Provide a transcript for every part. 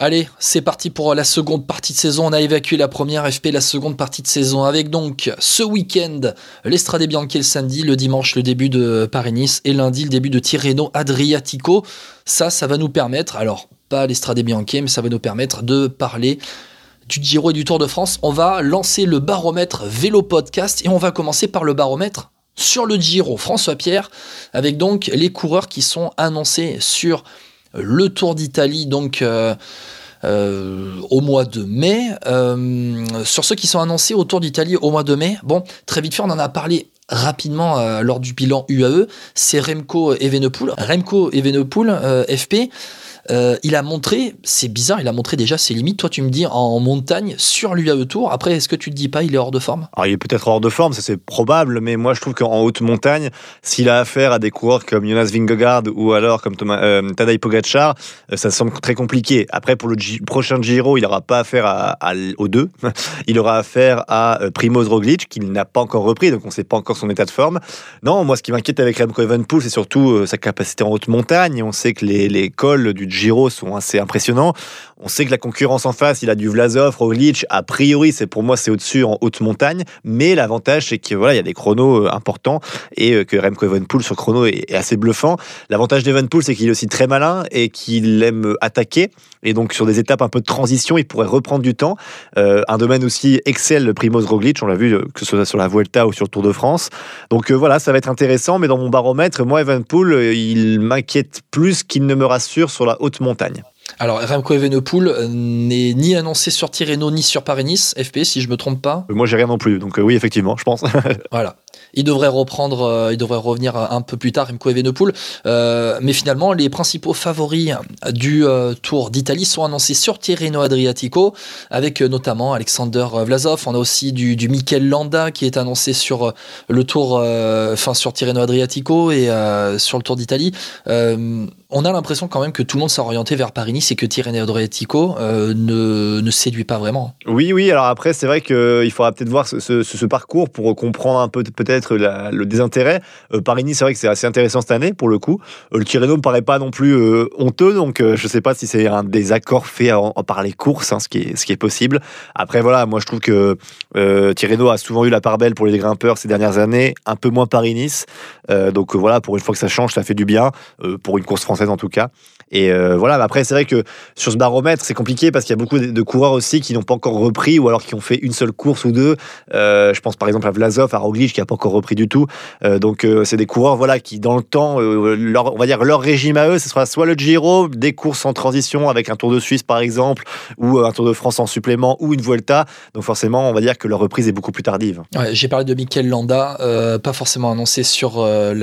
Allez, c'est parti pour la seconde partie de saison. On a évacué la première FP, la seconde partie de saison avec donc ce week-end l'Strade Bianche le samedi, le dimanche le début de Paris-Nice et lundi le début de Tirreno-Adriatico. Ça va nous permettre, alors pas l'Strade Bianche, mais ça va nous permettre de parler du Giro et du Tour de France. On va lancer le baromètre vélo podcast et on va commencer par le baromètre sur le Giro. François Pierre, avec donc les coureurs qui sont annoncés sur le Tour d'Italie, donc au mois de mai. Sur ceux qui sont annoncés au Tour d'Italie au mois de mai, bon, très vite fait, on en a parlé rapidement lors du bilan UAE, c'est Remco Evenepoel. Remco Evenepoel, FP, il a montré, c'est bizarre, il a montré déjà ses limites. Toi, tu me dis en montagne sur l'UAE Tour. Après, est-ce que tu te dis pas il est hors de forme ? Alors, il est peut-être hors de forme, ça c'est probable, mais moi je trouve qu'en haute montagne, s'il a affaire à des coureurs comme Jonas Vingegaard ou alors comme Tadej Pogacar, ça semble très compliqué. Après, pour le prochain Giro, il n'aura pas affaire aux deux. Il aura affaire à Primož Roglič, qui n'a pas encore repris, donc on ne sait pas encore son état de forme. Non, moi ce qui m'inquiète avec Remco Evenepoel, c'est surtout sa capacité en haute montagne. On sait que les cols du Giro sont assez impressionnants. On sait que la concurrence en face, il a du Vlasov, Roglič, a priori, c'est au-dessus en haute montagne, mais l'avantage, c'est que voilà, il y a des chronos importants et que Remco Evenepoel sur chrono est assez bluffant. L'avantage d'Evenepoel, c'est qu'il est aussi très malin et qu'il aime attaquer. Et donc, sur des étapes un peu de transition, il pourrait reprendre du temps. Un domaine aussi excelle Primož Roglič, on l'a vu, que ce soit sur la Vuelta ou sur le Tour de France. Donc voilà, ça va être intéressant, mais dans mon baromètre, moi, Evenepoel, il m'inquiète plus qu'il ne me rassure sur la haute montagne. Alors, Remco Evenepoel n'est ni annoncé sur Tirreno ni sur Paris-Nice, FP, si je me trompe pas. Moi, j'ai rien non plus, donc oui, effectivement, je pense. Voilà. Il devrait revenir un peu plus tard, Remco Evenepoel. Mais finalement, les principaux favoris du Tour d'Italie sont annoncés sur Tirreno-Adriatico, avec notamment Alexander Vlasov. On a aussi du Mikel Landa qui est annoncé sur le Tour, sur Tirreno-Adriatico et sur le Tour d'Italie. On a l'impression quand même que tout le monde s'est orienté vers Paris-Nice et que Tirreno-Adriatico ne séduit pas vraiment. Oui. Alors après, c'est vrai qu'il faudra peut-être voir ce parcours pour comprendre un peu peut-être le désintérêt. Paris-Nice, c'est vrai que c'est assez intéressant cette année pour le coup. Le Tirreno me paraît pas non plus honteux, donc je sais pas si c'est un désaccord fait par les courses, ce qui est possible. Après voilà, moi je trouve que Tirreno a souvent eu la part belle pour les grimpeurs ces dernières années, un peu moins Paris-Nice. Donc voilà, pour une fois que ça change, ça fait du bien pour une course française en tout cas. Et voilà, mais après c'est vrai que sur ce baromètre c'est compliqué parce qu'il y a beaucoup de coureurs aussi qui n'ont pas encore repris ou alors qui ont fait une seule course ou deux. Je pense par exemple à Vlasov, à Roglič qui n'a pas encore repris du tout. Donc c'est des coureurs voilà, qui dans le temps, on va dire leur régime à eux, ce sera soit le Giro, des courses en transition avec un Tour de Suisse par exemple, ou un Tour de France en supplément, ou une Vuelta. Donc forcément on va dire que leur reprise est beaucoup plus tardive. Ouais, j'ai parlé de Mikel Landa, pas forcément annoncé sur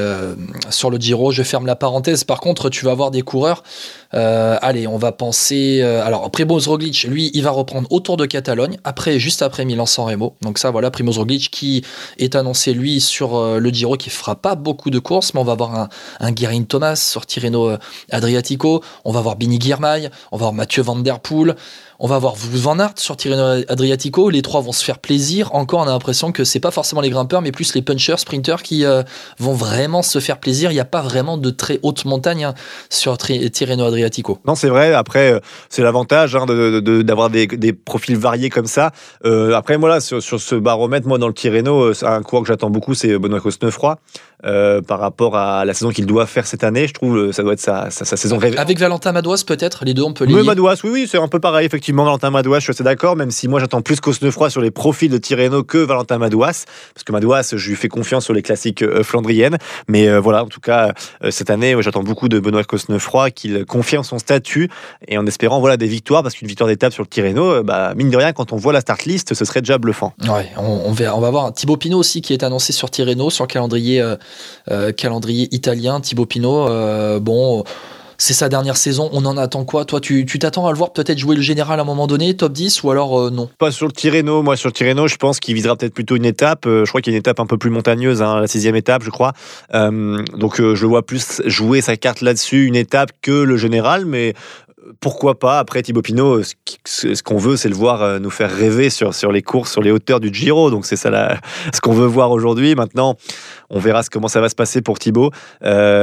le Giro. Je ferme la parenthèse. Par contre, tu vas avoir des coureurs. Allez, on va penser. Alors, Primož Roglič, lui, il va reprendre au Tour de Catalogne, juste après Milan-San Remo. Donc ça, voilà, Primož Roglič qui est annoncé lui sur le Giro, qui fera pas beaucoup de courses, mais on va avoir un Geraint Thomas sur Tirreno-Adriatico. On va avoir Bini Girmay, on va avoir Mathieu Van Der Poel. On va avoir Wout van Aert sur Tirreno-Adriatico. Les trois vont se faire plaisir. Encore, on a l'impression que c'est pas forcément les grimpeurs, mais plus les punchers, sprinters qui vont vraiment se faire plaisir. Il n'y a pas vraiment de très haute montagne sur Tirreno-Adriatico. Non, c'est vrai. Après, c'est l'avantage d'avoir des profils variés comme ça. Après, moi, là, sur ce baromètre, moi, dans le Tirreno, un coureur que j'attends beaucoup, c'est Benoît Cosnefroy. Par rapport à la saison qu'il doit faire cette année, je trouve ça doit être sa saison rêvée. Avec Valentin Madouas peut-être, les deux on peut les lier. Madouas, oui, c'est un peu pareil effectivement. Valentin Madouas, je suis assez d'accord, même si moi j'attends plus Cosnefroy sur les profils de Tirreno que Valentin Madouas, parce que Madouas, je lui fais confiance sur les classiques flandriennes, mais voilà, en tout cas cette année, j'attends beaucoup de Benoît Cosnefroy, qu'il confirme son statut et en espérant voilà des victoires, parce qu'une victoire d'étape sur le Tirreno, mine de rien, quand on voit la start list, ce serait déjà bluffant. Ouais, on va voir Thibaut Pinot aussi qui est annoncé sur Tirreno, sur calendrier italien. Thibaut Pinot, c'est sa dernière saison, on en attend quoi ? Toi, tu t'attends à le voir peut-être jouer le général à un moment donné, top 10 ou alors non ? Pas sur le Tirreno. Moi, sur le Tirreno, je pense qu'il visera peut-être plutôt une étape. Je crois qu'il y a une étape un peu plus montagneuse, la 6e étape, je crois. Donc, je le vois plus jouer sa carte là-dessus, une étape que le général, mais pourquoi pas. Après, Thibaut Pinot, ce qu'on veut, c'est le voir nous faire rêver sur les courses, sur les hauteurs du Giro. Donc, c'est ça ce qu'on veut voir aujourd'hui. Maintenant, on verra comment ça va se passer pour Thibaut.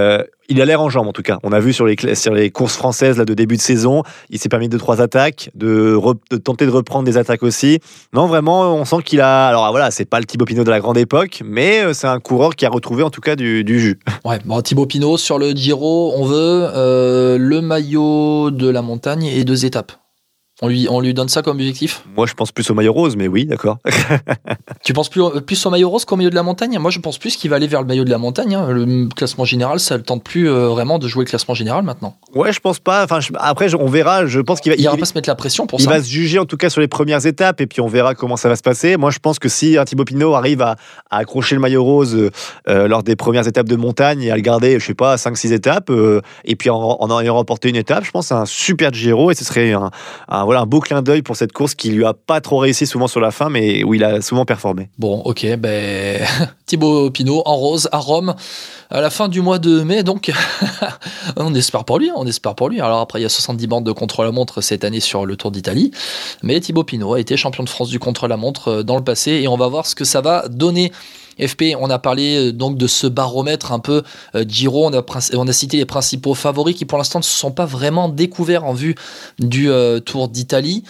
Il a l'air en jambes en tout cas. On a vu sur les courses françaises là, de début de saison, il s'est permis 2-3 attaques, de tenter de reprendre des attaques aussi. Non, vraiment, on sent qu'il a... Alors voilà, c'est pas le Thibaut Pinot de la grande époque, mais c'est un coureur qui a retrouvé en tout cas du jus. Ouais, bon, Thibaut Pinot, sur le Giro, on veut le maillot de la montagne et 2 étapes. On lui donne ça comme objectif ? Moi, je pense plus au maillot rose, mais oui, d'accord. Tu penses plus au maillot rose qu'au maillot de la montagne ? Moi, je pense plus qu'il va aller vers le maillot de la montagne. Hein. Le classement général, ça ne tente plus vraiment de jouer le classement général maintenant. Ouais, je pense pas. Enfin, après, on verra. Je pense qu'il va. Il va pas se mettre la pression pour ça. Il va se juger en tout cas sur les premières étapes, et puis on verra comment ça va se passer. Moi, je pense que si un Thibaut Pinot arrive à accrocher le maillot rose lors des premières étapes de montagne et à le garder, je sais pas, 5-6 étapes, et puis en ayant remporté une étape, je pense que c'est un super Giro, et ce serait un beau clin d'œil pour cette course qui lui a pas trop réussi souvent sur la fin, mais où il a souvent performé. Bon, ok, Thibaut Pinot en rose à Rome à la fin du mois de mai, donc on espère pour lui. Alors après, il y a 70 bandes de contre-la-montre cette année sur le Tour d'Italie, mais Thibaut Pinot a été champion de France du contre-la-montre dans le passé, et on va voir ce que ça va donner. FP, on a parlé donc de ce baromètre un peu Giro, on a cité les principaux favoris qui pour l'instant ne se sont pas vraiment découverts en vue du Tour d'Italie.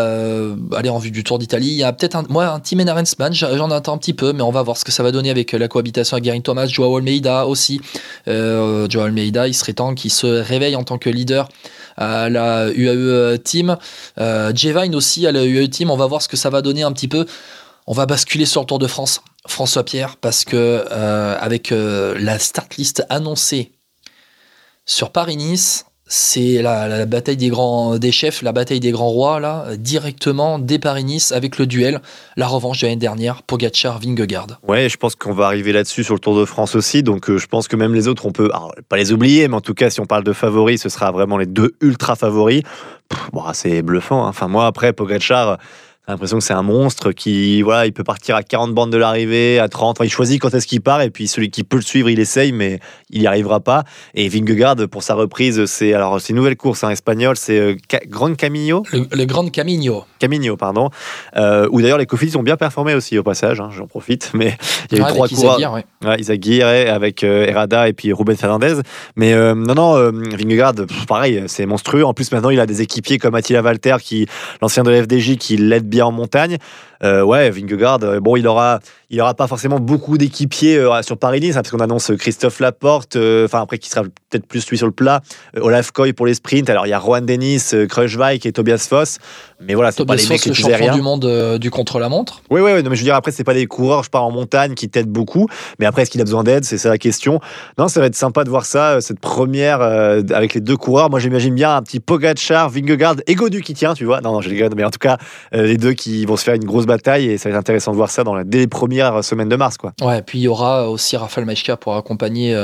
En vue du Tour d'Italie, il y a peut-être un Team Arensman, j'en attends un petit peu, mais on va voir ce que ça va donner avec la cohabitation avec Geraint Thomas, Joao Almeida aussi. Joao Almeida, il serait temps qu'il se réveille en tant que leader à la UAE Team. Jevine aussi à la UAE Team, on va voir ce que ça va donner un petit peu. On va basculer sur le Tour de France, François Pierre, parce que avec la start list annoncée sur Paris-Nice, c'est la bataille des chefs, la bataille des grands rois, là, directement dès Paris-Nice, avec le duel, la revanche de l'année dernière, Pogačar-Vingegaard. Ouais, je pense qu'on va arriver là-dessus sur le Tour de France aussi, donc je pense que même les autres, on peut pas les oublier, mais en tout cas, si on parle de favoris, ce sera vraiment les 2 ultra favoris. C'est bluffant, hein. Enfin, moi, après, Pogačar... J'ai l'impression que c'est un monstre qui, voilà, il peut partir à 40 bandes de l'arrivée, à 30. Enfin, il choisit quand est-ce qu'il part, et puis celui qui peut le suivre, il essaye, mais il n'y arrivera pas. Et Vingegaard, pour sa reprise, c'est une nouvelle course espagnole, c'est Gran Camino. Le Gran Camino. Camino, pardon. Où d'ailleurs les Cofidis ont bien performé aussi au passage, hein, j'en profite. Mais il y a eu 3 coureurs. Isaac Guirre avec Herrada et puis Ruben Fernandez. Mais Vingegaard, pareil, c'est monstrueux. En plus, maintenant, il a des équipiers comme Attila Valter, l'ancien de l'FDJ, qui l'aide bien en montagne. Vingegaard, il aura pas forcément beaucoup d'équipiers sur Paris-Nice, hein, parce qu'on annonce Christophe Laporte, après qui sera peut-être plus lui sur le plat, Olaf Koy pour les sprints. Alors il y a Rohan Dennis, Kruijswijk et Tobias Foss, mais voilà, c'est pas les mecs le champion du monde du contre-la-montre. Oui, non, mais je veux dire, après c'est pas des coureurs, je pars en montagne, qui t'aident beaucoup, mais après est-ce qu'il a besoin d'aide, c'est ça la question. Non, ça va être sympa de voir ça, cette première avec les 2 coureurs. Moi j'imagine bien un petit Pogačar, Vingegaard et Gaudu qui tient, tu vois. Non, je rigole, mais en tout cas les 2 qui vont se faire une grosse bataille, et ça va être intéressant de voir ça dès les premières semaines de mars, quoi. Ouais, puis il y aura aussi Rafał Majka pour accompagner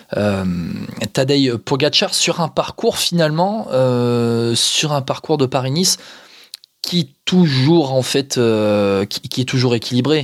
Tadej Pogačar sur un parcours finalement, sur un parcours de Paris-Nice qui toujours en fait, qui est toujours équilibré.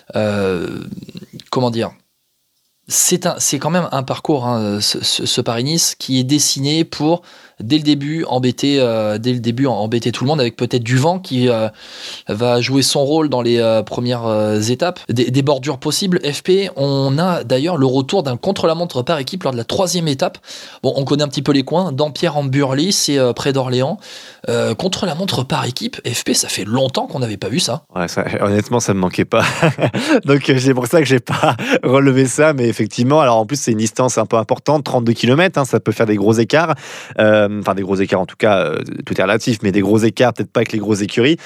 Comment dire ? C'est quand même un parcours, hein, ce Paris-Nice, qui est dessiné pour dès le début embêter tout le monde, avec peut-être du vent qui va jouer son rôle dans les premières étapes, des bordures possibles. FP, on a d'ailleurs le retour d'un contre-la-montre par équipe lors de la 3e étape. Bon, on connaît un petit peu les coins, Dampierre en Burly, c'est près d'Orléans. Contre-la-montre par équipe, FP, ça fait longtemps qu'on n'avait pas vu ça. Ouais, honnêtement, ça me manquait pas. Donc c'est pour ça que j'ai pas relevé ça, mais effectivement, alors en plus c'est une distance un peu importante, 32 km, hein, ça peut faire des gros écarts. Des gros écarts en tout cas, tout est relatif, mais des gros écarts, peut-être pas avec les grosses écuries.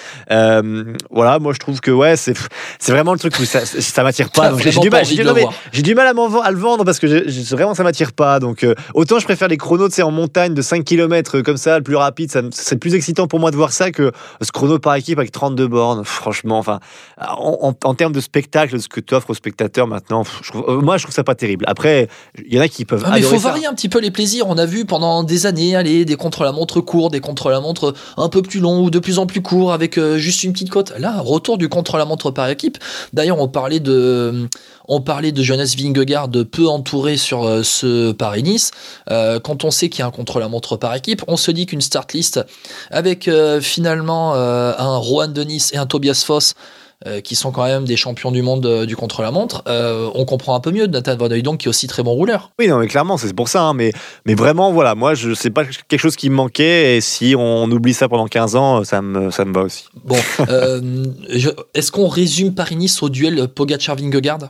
Moi je trouve que c'est vraiment le truc où ça m'attire pas. Donc, j'ai du mal à le vendre, parce que vraiment ça m'attire pas. Donc autant je préfère les chronos en montagne de 5 km comme ça, le plus rapide, c'est plus excitant pour moi de voir ça que ce chrono par équipe avec 32 bornes. Franchement, en termes de spectacle, ce que tu offres aux spectateurs maintenant, je trouve ça pas terrible. Après, il y en a qui peuvent adorer ça. Mais il faut varier un petit peu les plaisirs. On a vu pendant des années des contre-la-montre courts, des contre-la-montre un peu plus longs ou de plus en plus courts avec juste une petite côte. Là, retour du contre-la-montre par équipe. D'ailleurs, on parlait de Jonas Vingegaard peu entouré sur ce Paris-Nice. Quand on sait qu'il y a un contre-la-montre par équipe, on se dit qu'une start list avec finalement un Rohan Dennis et un Tobias Foss, qui sont quand même des champions du monde du contre-la-montre, on comprend un peu mieux Nathan Van Hooijdonk qui est aussi très bon rouleur. Oui, non, mais clairement, c'est pour ça. Hein, mais vraiment, voilà, moi, c'est pas quelque chose qui me manquait. Et si on oublie ça pendant 15 ans, ça me va aussi. Bon, est-ce qu'on résume Paris-Nice au duel Pogacar-Vingegaard ?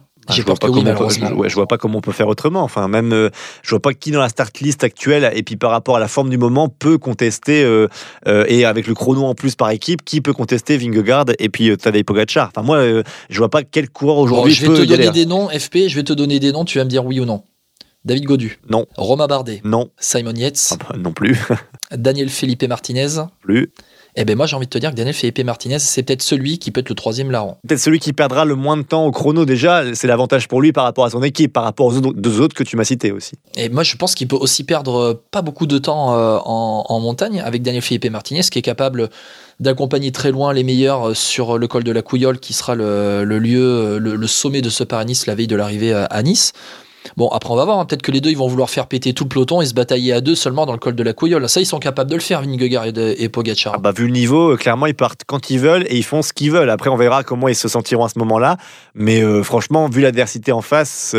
J'ai peur que oui, malheureusement. Je vois pas comment on peut faire autrement. Enfin, même, je vois pas qui dans la start list actuelle, et puis par rapport à la forme du moment, peut contester, et avec le chrono en plus par équipe, qui peut contester Vingegaard et puis Tadej Pogacar. Enfin, moi, je vois pas quel coureur aujourd'hui je vais te donner des noms, FP, je vais te donner des noms, tu vas me dire oui ou non. David Gaudu. Non. Romain Bardet. Non. Simon Yates. Non plus. Daniel Felipe Martinez. Plus. Eh ben moi j'ai envie de te dire que Daniel Felipe Martinez, c'est peut-être celui qui peut être le troisième larron. Peut-être celui qui perdra le moins de temps au chrono déjà, c'est l'avantage pour lui par rapport à son équipe, par rapport aux deux autres que tu m'as cités aussi. Et moi je pense qu'il peut aussi perdre pas beaucoup de temps en montagne avec Daniel Felipe Martinez qui est capable d'accompagner très loin les meilleurs sur le col de la Couillole qui sera le sommet de ce Paris-Nice la veille de l'arrivée à Nice. Bon, après on va voir, hein. Peut-être que les deux ils vont vouloir faire péter tout le peloton et se batailler à deux seulement dans le col de la Couillole. Ça, ils sont capables de le faire, Vingegaard et Pogacar. Ah bah, vu le niveau, clairement, ils partent quand ils veulent et ils font ce qu'ils veulent. Après, on verra comment ils se sentiront à ce moment-là. Mais franchement, vu l'adversité en face,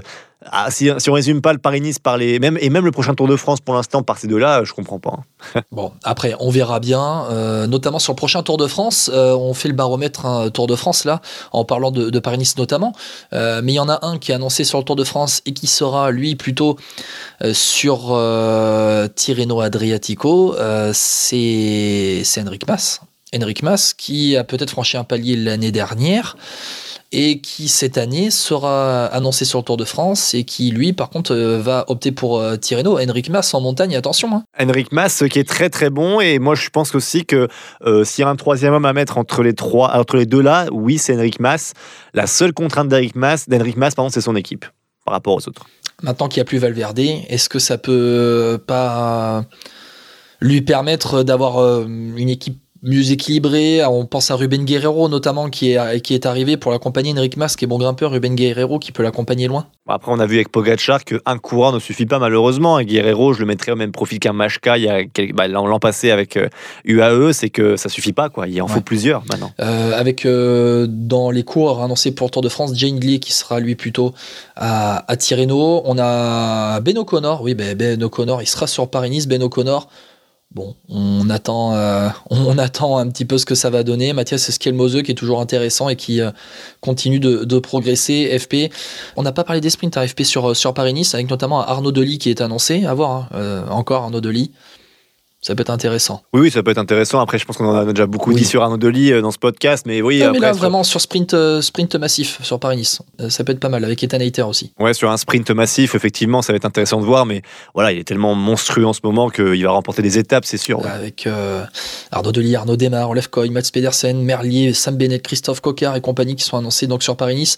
si on résume pas le Paris-Nice par même le prochain Tour de France pour l'instant par ces deux-là, je comprends pas. Bon, après, on verra bien, notamment sur le prochain Tour de France. On fait le baromètre Tour de France, là, en parlant de Paris-Nice notamment. Mais il y en a un qui est annoncé sur le Tour de France et qui sera, lui, plutôt sur Tirreno Adriatico. C'est Enric Mas. Enric Mas, qui a peut-être franchi un palier l'année dernière et qui cette année sera annoncé sur le Tour de France et qui lui par contre va opter pour Tirreno. Enric Mas en montagne, attention. Hein. Enric Mas qui est très très bon et moi je pense aussi que s'il y a un troisième homme à mettre entre les deux là, oui c'est Enric Mas. La seule contrainte d'Enric Mas, c'est son équipe par rapport aux autres. Maintenant qu'il n'y a plus Valverde, est-ce que ça peut pas lui permettre d'avoir une équipe mieux équilibré? On pense à Ruben Guerrero notamment qui est arrivé pour l'accompagner. Enric Mas qui est bon grimpeur, Ruben Guerrero qui peut l'accompagner loin. Après on a vu avec Pogacar qu'un coureur ne suffit pas malheureusement. Et Guerrero je le mettrais au même profil qu'un Majka l'an passé avec UAE, c'est que ça suffit pas quoi. Il en faut plusieurs maintenant. Avec dans les coureurs annoncés pour le Tour de France, Jay Hindley qui sera lui plutôt à Tirreno. On a Ben O'Connor, Ben O'Connor il sera sur Paris-Nice. Ben O'Connor, bon, on attend un petit peu ce que ça va donner. Mathias Skelmose qui est toujours intéressant et qui continue de progresser. FP, on n'a pas parlé des sprints à FP sur Paris-Nice, avec notamment Arnaud Delis qui est annoncé. À voir, encore Arnaud Delis. Ça peut être intéressant. Oui, ça peut être intéressant. Après, je pense qu'on en a déjà beaucoup dit sur Arnaud Delis dans ce podcast. Mais oui, mais là, vraiment, sur sprint massif, sur Paris-Nice, ça peut être pas mal, avec Ethan Hayter aussi. Ouais, sur un sprint massif, effectivement, ça va être intéressant de voir. Mais voilà, il est tellement monstrueux en ce moment qu'il va remporter des étapes, c'est sûr. Ouais. Avec Arnaud Delis, Arnaud Démare, Olaf Koy, Mats Pedersen, Merlier, Sam Bennett, Christophe Coquard et compagnie qui sont annoncés donc sur Paris-Nice.